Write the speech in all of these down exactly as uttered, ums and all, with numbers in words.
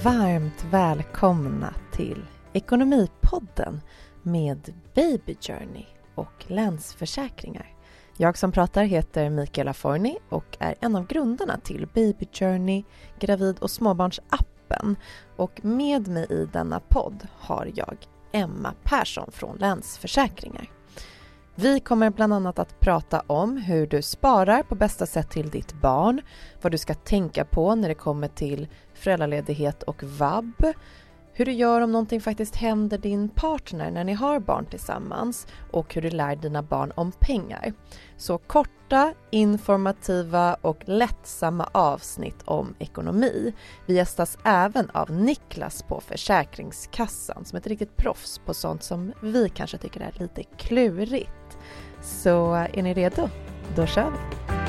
varmt välkomna till Ekonomipodden med Baby Journey och Länsförsäkringar. Jag som pratar heter Mikaela Forni och är en av grundarna till Baby Journey, gravid- och småbarnsappen. Och med mig i denna podd har jag Emma Persson från Länsförsäkringar. Vi kommer bland annat att prata om hur du sparar på bästa sätt till ditt barn, vad du ska tänka på när det kommer till föräldraledighet och vab, hur du gör om någonting faktiskt händer din partner när ni har barn tillsammans och hur du lär dina barn om pengar. Så korta, informativa och lättsamma avsnitt om ekonomi. Vi gästas även av Niklas på Försäkringskassan som är ett riktigt proffs på sånt som vi kanske tycker är lite klurigt. Så är ni redo? Då kör vi!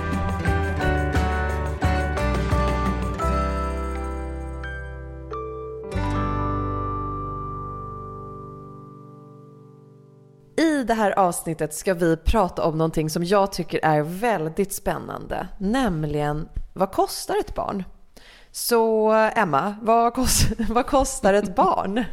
I det här avsnittet ska vi prata om någonting som jag tycker är väldigt spännande, nämligen vad kostar ett barn? Så Emma, vad, kost, vad kostar ett barn?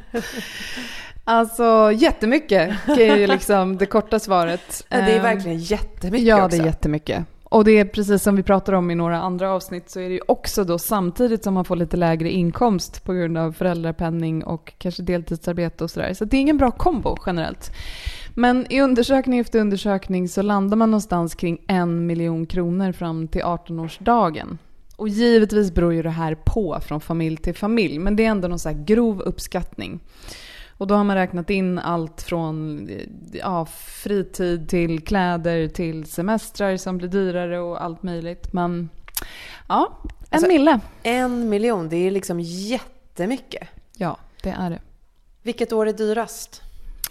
Alltså jättemycket är ju liksom det korta svaret. Ja, det är verkligen jättemycket Ja, också. det är jättemycket. Och det är precis som vi pratar om i några andra avsnitt, så är det ju också då samtidigt som man får lite lägre inkomst på grund av föräldrapenning och kanske deltidsarbete och sådär. Så det är ingen bra kombo generellt. Men i undersökning efter undersökning så landar man någonstans kring en miljon kronor fram till arton-årsdagen. Och givetvis beror ju det här på från familj till familj, men det är ändå någon så här grov uppskattning. Och då har man räknat in allt från ja, fritid till kläder till semestrar som blir dyrare och allt möjligt. Men ja, en alltså, mille. En miljon, det är liksom jättemycket. Ja, det är det. Vilket år är dyrast?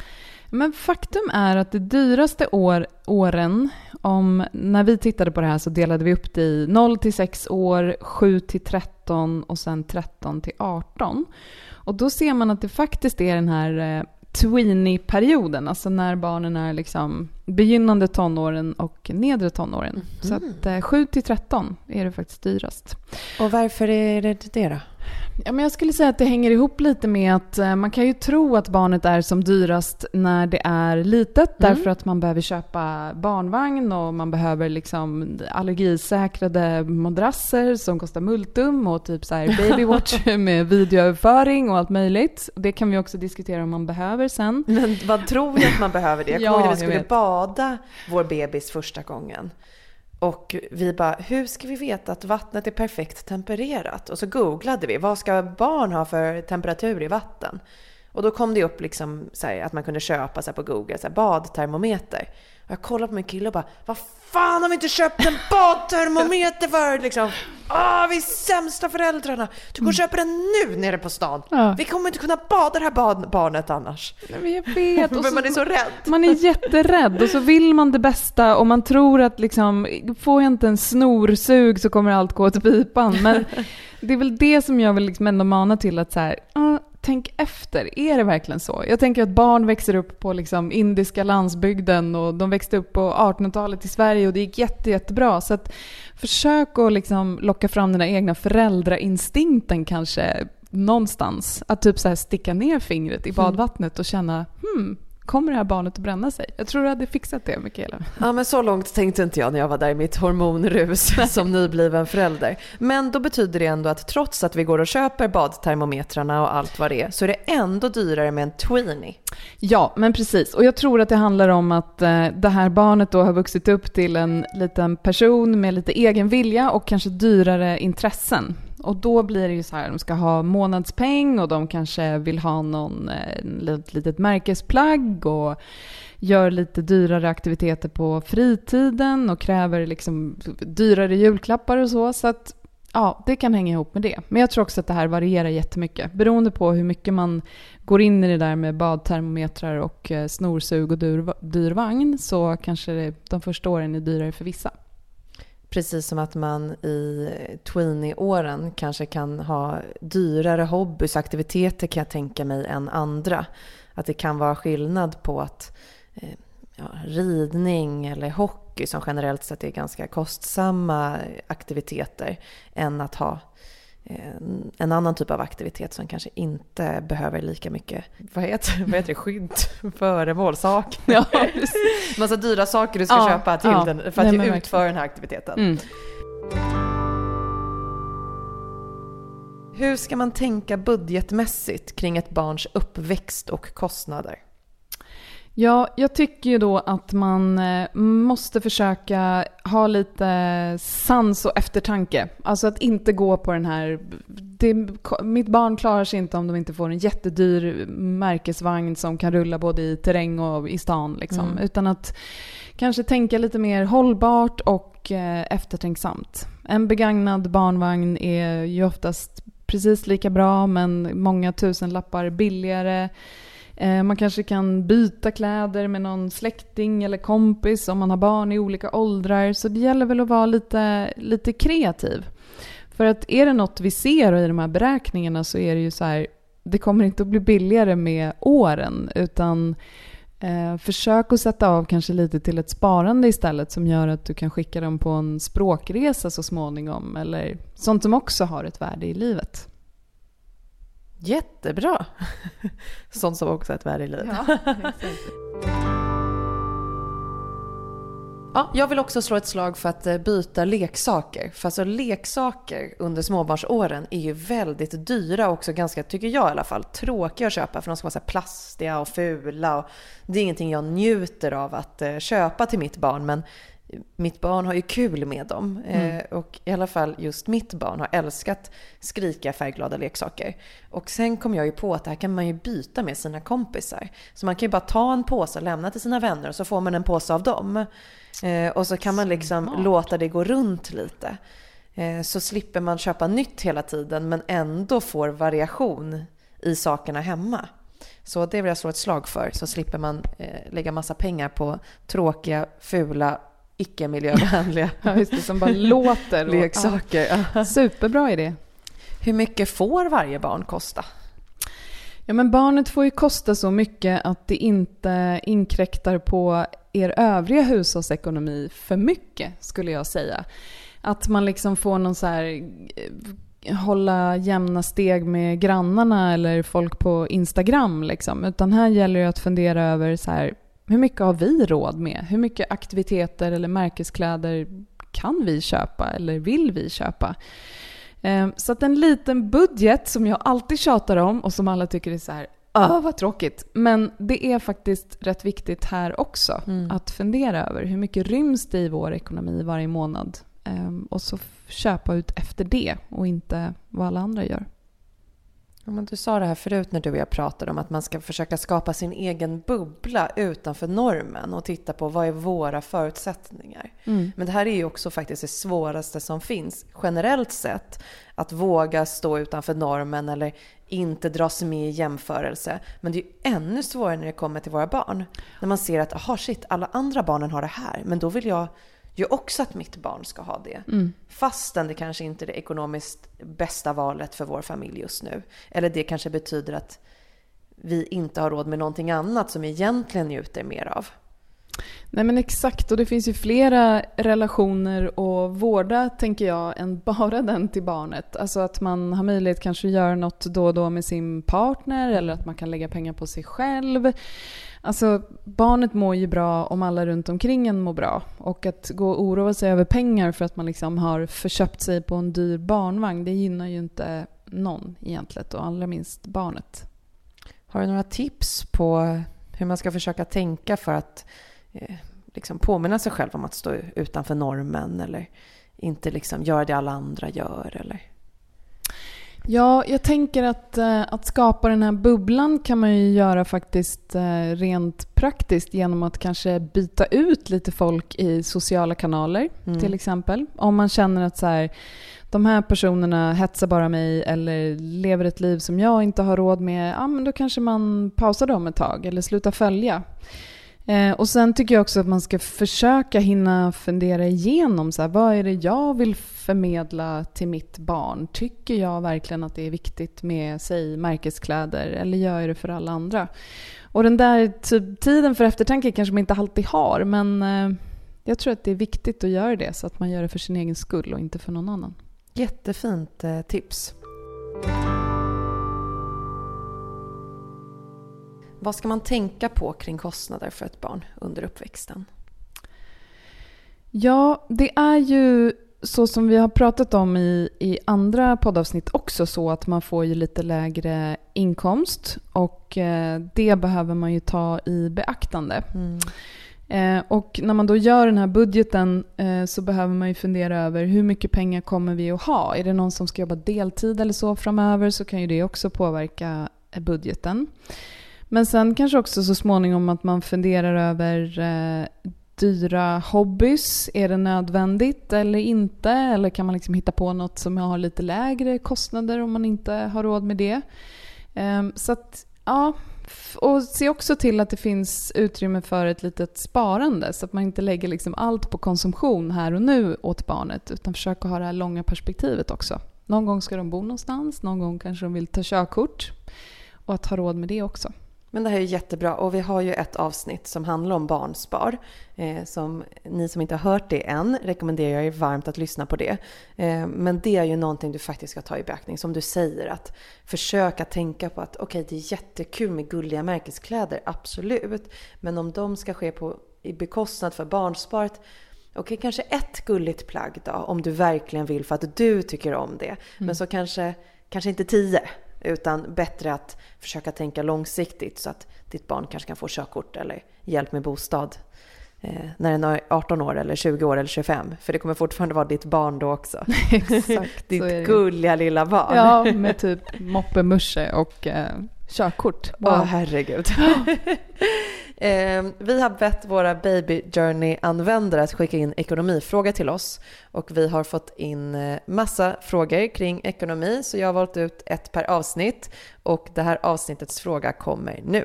Men faktum är att det dyraste år, åren, om, när vi tittade på det här så delade vi upp det i noll till sex år, sju till tretton och sen tretton till arton. Och då ser man att det faktiskt är den här eh, tweenie-perioden, alltså när barnen är liksom begynnande tonåren och nedre tonåren. Mm. Så att eh, sju till tretton är det faktiskt dyrast. Och varför är det det då? Ja, men jag skulle säga att det hänger ihop lite med att eh, man kan ju tro att barnet är som dyrast när det är litet. Mm. Därför att man behöver köpa barnvagn och man behöver liksom allergisäkrade madrasser som kostar multum och typ så här babywatch med videoöverföring och allt möjligt. Det kan vi också diskutera om man behöver sen. Men vad tror jag att man behöver det? Jag ja, kommer ihåg att vi skulle vet. bada vår bebis första gången. Och vi bara, hur ska vi veta att vattnet är perfekt tempererat? Och så googlade vi, vad ska barn ha för temperatur i vatten? Och då kom det upp liksom så här, att man kunde köpa så här, på Google så här, badtermometer. Och jag kollade på min kille och bara, vad fan har vi inte köpt en badtermometer för? Liksom, ah, vi är sämsta föräldrarna. Du går och köper den nu nere på stan. Ja. Vi kommer inte kunna bada det här bad- barnet annars. Men jag vet. Och så, man är så rädd. Man är jätterädd och så vill man det bästa och man tror att liksom, får jag inte en snorsug så kommer allt gå till pipan. Men det är väl det som jag vill liksom ändå mana till att så här, uh, tänk efter, är det verkligen så? Jag tänker att barn växer upp på liksom indiska landsbygden och de växte upp på artonhundratalet i Sverige och det gick jätte, jättebra. Så att försök att liksom locka fram den egna föräldrainstinkten kanske någonstans. Att typ så här sticka ner fingret i badvattnet och känna, hmm, kommer det här barnet att bränna sig? Jag tror du hade fixat det, Mikaela. Ja, men så långt tänkte inte jag när jag var där i mitt hormonrus som nybliven förälder. Men då betyder det ändå att trots att vi går och köper badtermometrarna och allt vad det är, så är det ändå dyrare med en tweenie. Ja, men precis. Och jag tror att det handlar om att eh, det här barnet då har vuxit upp till en liten person med lite egen vilja och kanske dyrare intressen. Och då blir det ju så här, de ska ha månadspeng och de kanske vill ha någon eh, litet märkesplagg och gör lite dyrare aktiviteter på fritiden och kräver liksom dyrare julklappar och så. Så att ja, det kan hänga ihop med det. Men jag tror också att det här varierar jättemycket. Beroende på hur mycket man går in i det där med badtermometrar och eh, snorsug och dyr, dyrvagn så kanske det, de första åren är dyrare för vissa. Precis som att man i tweenie-åren kanske kan ha dyrare hobbys, aktiviteter kan jag tänka mig än andra. Att det kan vara skillnad på att eh, ja, ridning eller hockey som generellt sett är ganska kostsamma aktiviteter än att ha en, en annan typ av aktivitet som kanske inte behöver lika mycket, vad heter, vad heter det, skydd, föremål, sak. Ja, massa dyra saker du ska ja, köpa till ja. den, för att Nej, utföra den här aktiviteten. Mm. Hur ska man tänka budgetmässigt kring ett barns uppväxt och kostnader? Ja, jag tycker ju då att man måste försöka ha lite sans och eftertanke. Alltså att inte gå på den här... Det, mitt barn klarar sig inte om de inte får en jättedyr märkesvagn som kan rulla både i terräng och i stan. Liksom. Mm. Utan att kanske tänka lite mer hållbart och eftertänksamt. En begagnad barnvagn är ju oftast precis lika bra, men många tusen lappar billigare. Man kanske kan byta kläder med någon släkting eller kompis om man har barn i olika åldrar. Så det gäller väl att vara lite, lite kreativ. För att är det något vi ser i de här beräkningarna så är det ju så här, det kommer inte att bli billigare med åren, utan eh, försök att sätta av kanske lite till ett sparande istället som gör att du kan skicka dem på en språkresa så småningom, eller sånt som också har ett värde i livet. Jättebra. Sånt som också har ett värde i livet. Ja, exakt. Ja, jag vill också slå ett slag för att byta leksaker. För alltså leksaker under småbarnsåren är ju väldigt dyra och också ganska, tycker jag i alla fall, tråkiga att köpa. För de ska vara så här plastiga och fula. Och det är ingenting jag njuter av att köpa till mitt barn, men mitt barn har ju kul med dem. Mm. Eh, och i alla fall just mitt barn har älskat skrika färgglada leksaker. Och sen kom jag ju på att det här kan man ju byta med sina kompisar. Så man kan ju bara ta en påse och lämna till sina vänner och så får man en påse av dem. Eh, och så kan man liksom Smart. låta det gå runt lite. Eh, så slipper man köpa nytt hela tiden, men ändå får variation i sakerna hemma. Så det vill jag slå ett slag för. Så slipper man eh, lägga massa pengar på tråkiga, fula, icke-miljövänliga ja, just det, som bara låter leksaker. Ja. Superbra idé. Hur mycket får varje barn kosta? Ja, men barnet får ju kosta så mycket att det inte inkräktar på er övriga hushållsekonomi för mycket, skulle jag säga. Att man liksom får någon så här hålla jämna steg med grannarna eller folk på Instagram liksom. Utan här gäller det att fundera över så här, hur mycket har vi råd med? Hur mycket aktiviteter eller märkeskläder kan vi köpa eller vill vi köpa? Så att en liten budget som jag alltid tjatar om och som alla tycker är så här, åh vad tråkigt. Men det är faktiskt rätt viktigt här också mm. att fundera över hur mycket ryms det i vår ekonomi varje månad. Och så köpa ut efter det och inte vad alla andra gör. Ja, men du sa det här förut när du och jag pratade om att man ska försöka skapa sin egen bubbla utanför normen och titta på vad är våra förutsättningar. Mm. Men det här är ju också faktiskt det svåraste som finns generellt sett, att våga stå utanför normen eller inte dras med i jämförelse. Men det är ju ännu svårare när det kommer till våra barn. När man ser att aha shit, alla andra barnen har det här, men då vill jag ju också att mitt barn ska ha det. Mm. Fastän det kanske inte är det ekonomiskt bästa valet för vår familj just nu. Eller det kanske betyder att vi inte har råd med någonting annat som egentligen njuter mer av. Nej men exakt, och det finns ju flera relationer att vårda, tänker jag, än bara den till barnet. Alltså att man har möjlighet kanske att göra något då och då med sin partner, eller att man kan lägga pengar på sig själv. Alltså barnet mår ju bra om alla runt omkring en mår bra. Och att gå och oroa sig över pengar för att man liksom har förköpt sig på en dyr barnvagn, det gynnar ju inte någon egentligen, och allra minst barnet. Har du några tips på hur man ska försöka tänka för att eh, liksom påminna sig själv om att stå utanför normen, eller inte liksom göra det alla andra gör, eller? Ja, jag tänker att, att skapa den här bubblan kan man ju göra faktiskt rent praktiskt genom att kanske byta ut lite folk i sociala kanaler mm. till exempel. Om man känner att så här, de här personerna hetsar bara mig eller lever ett liv som jag inte har råd med, ja, men då kanske man pausar dem ett tag eller slutar följa. Eh, och sen tycker jag också att man ska försöka hinna fundera igenom så här, vad är det jag vill förmedla till mitt barn? Tycker jag verkligen att det är viktigt med sig märkeskläder, eller gör jag det för alla andra? Och den där typ, tiden för eftertanke kanske man inte alltid har, men eh, jag tror att det är viktigt att göra det så att man gör det för sin egen skull och inte för någon annan. Jättefint eh, tips. Vad ska man tänka på kring kostnader för ett barn under uppväxten? Ja, det är ju så som vi har pratat om i, i andra poddavsnitt också, så att man får ju lite lägre inkomst och eh, det behöver man ju ta i beaktande. Mm. Eh, och när man då gör den här budgeten eh, så behöver man ju fundera över hur mycket pengar kommer vi att ha. Är det någon som ska jobba deltid eller så framöver, så kan ju det också påverka budgeten. Men sen kanske också så småningom att man funderar över eh, dyra hobbys. Är det nödvändigt eller inte? Eller kan man liksom hitta på något som har lite lägre kostnader om man inte har råd med det? Eh, så att, ja... Och se också till att det finns utrymme för ett litet sparande, så att man inte lägger liksom allt på konsumtion här och nu åt barnet, utan försöka ha det här långa perspektivet också. Någon gång ska de bo någonstans, någon gång kanske de vill ta körkort, och att ha råd med det också. Men det här är jättebra, och vi har ju ett avsnitt som handlar om barnspar. Eh, som ni som inte har hört det än rekommenderar jag er varmt att lyssna på det. Eh, men det är ju någonting du faktiskt ska ta i beaktning. Som du säger, att försöka tänka på att okej, okay, det är jättekul med gulliga märkeskläder, absolut. Men om de ska ske på, i bekostnad för barnsparet, okej, okay, kanske ett gulligt plagg då, om du verkligen vill för att du tycker om det. Mm. Men så kanske, kanske inte tio. Utan bättre att försöka tänka långsiktigt, så att ditt barn kanske kan få körkort eller hjälp med bostad eh, när den är arton år eller tjugo år eller tjugofem. För det kommer fortfarande vara ditt barn då också. Exakt. Ditt gulliga lilla barn. Ja, med typ moppemusche och eh, körkort. Åh, wow. Oh, herregud. Eh, vi har bett våra Baby Journey-användare att skicka in ekonomifrågor till oss, och vi har fått in eh, massa frågor kring ekonomi, så jag har valt ut ett per avsnitt, och det här avsnittets fråga kommer nu.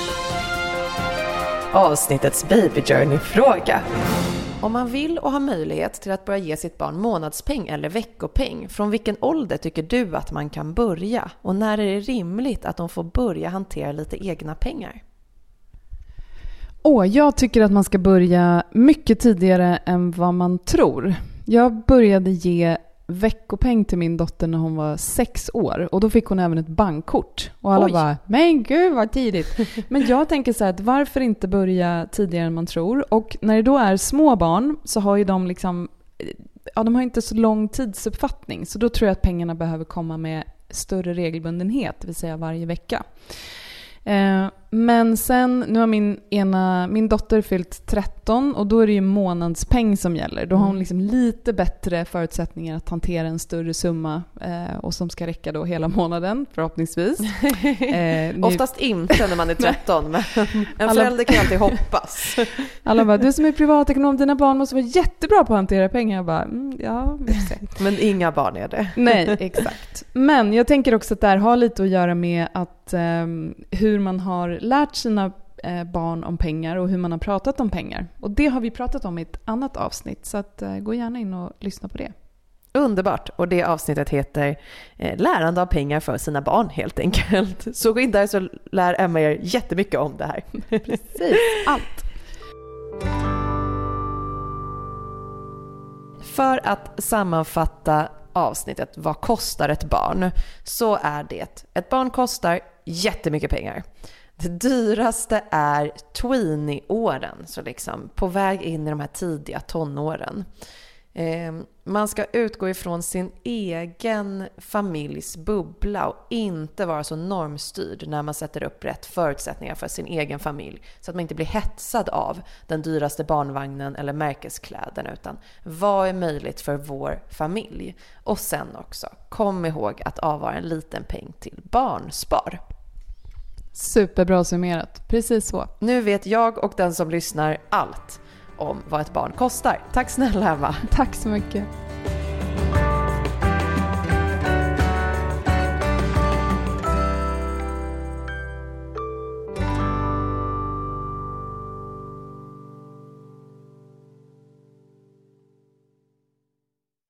Avsnittets Baby Journey-fråga. Om man vill och har möjlighet till att börja ge sitt barn månadspeng eller veckopeng, från vilken ålder tycker du att man kan börja? Och när är det rimligt att de får börja hantera lite egna pengar? Åh, jag tycker att man ska börja mycket tidigare än vad man tror. Jag började ge veckopeng till min dotter när hon var sex år. Och då fick hon även ett bankkort. Och alla Oj. bara, men gud vad tidigt. Men jag tänker så här, att varför inte börja tidigare än man tror? Och när det då är små barn så har ju de liksom, ja, de har inte så lång tidsuppfattning. Så då tror jag att pengarna behöver komma med större regelbundenhet, det vill säga varje vecka. Men sen, nu har min, ena, min dotter fyllt tretton, och då är det ju månadspeng som gäller. Då har hon liksom lite bättre förutsättningar att hantera en större summa, eh, och som ska räcka då hela månaden, förhoppningsvis. Eh, nu... Oftast inte när man är tretton, men en alla... förälder kan alltid hoppas. Alla bara, du som är privatekonom, dina barn måste vara jättebra på att hantera pengar. Jag bara, mm, ja, vi får se. Men inga barn är det. Nej, exakt. Men jag tänker också att det här har lite att göra med att eh, hur man har lärt sina eh, barn om pengar och hur man har pratat om pengar. Och det har vi pratat om i ett annat avsnitt, så att, eh, gå gärna in och lyssna på det. Underbart, och det avsnittet heter eh, Lärande av pengar för sina barn, helt enkelt. Så gå in där, så lär Emma er jättemycket om det här. Precis, allt. För att sammanfatta avsnittet, vad kostar ett barn? Så är det, ett barn kostar jättemycket pengar. Det dyraste är tweenie-åren, så liksom på väg in i de här tidiga tonåren. Eh, man ska utgå ifrån sin egen familjs bubbla och inte vara så normstyrd när man sätter upp rätt förutsättningar för sin egen familj, så att man inte blir hetsad av den dyraste barnvagnen eller märkeskläderna, utan vad är möjligt för vår familj? Och sen också, kom ihåg att avvara en liten peng till barnspar. Superbra summerat, precis så. Nu vet jag och den som lyssnar allt om vad ett barn kostar. Tack snälla Emma. Tack så mycket.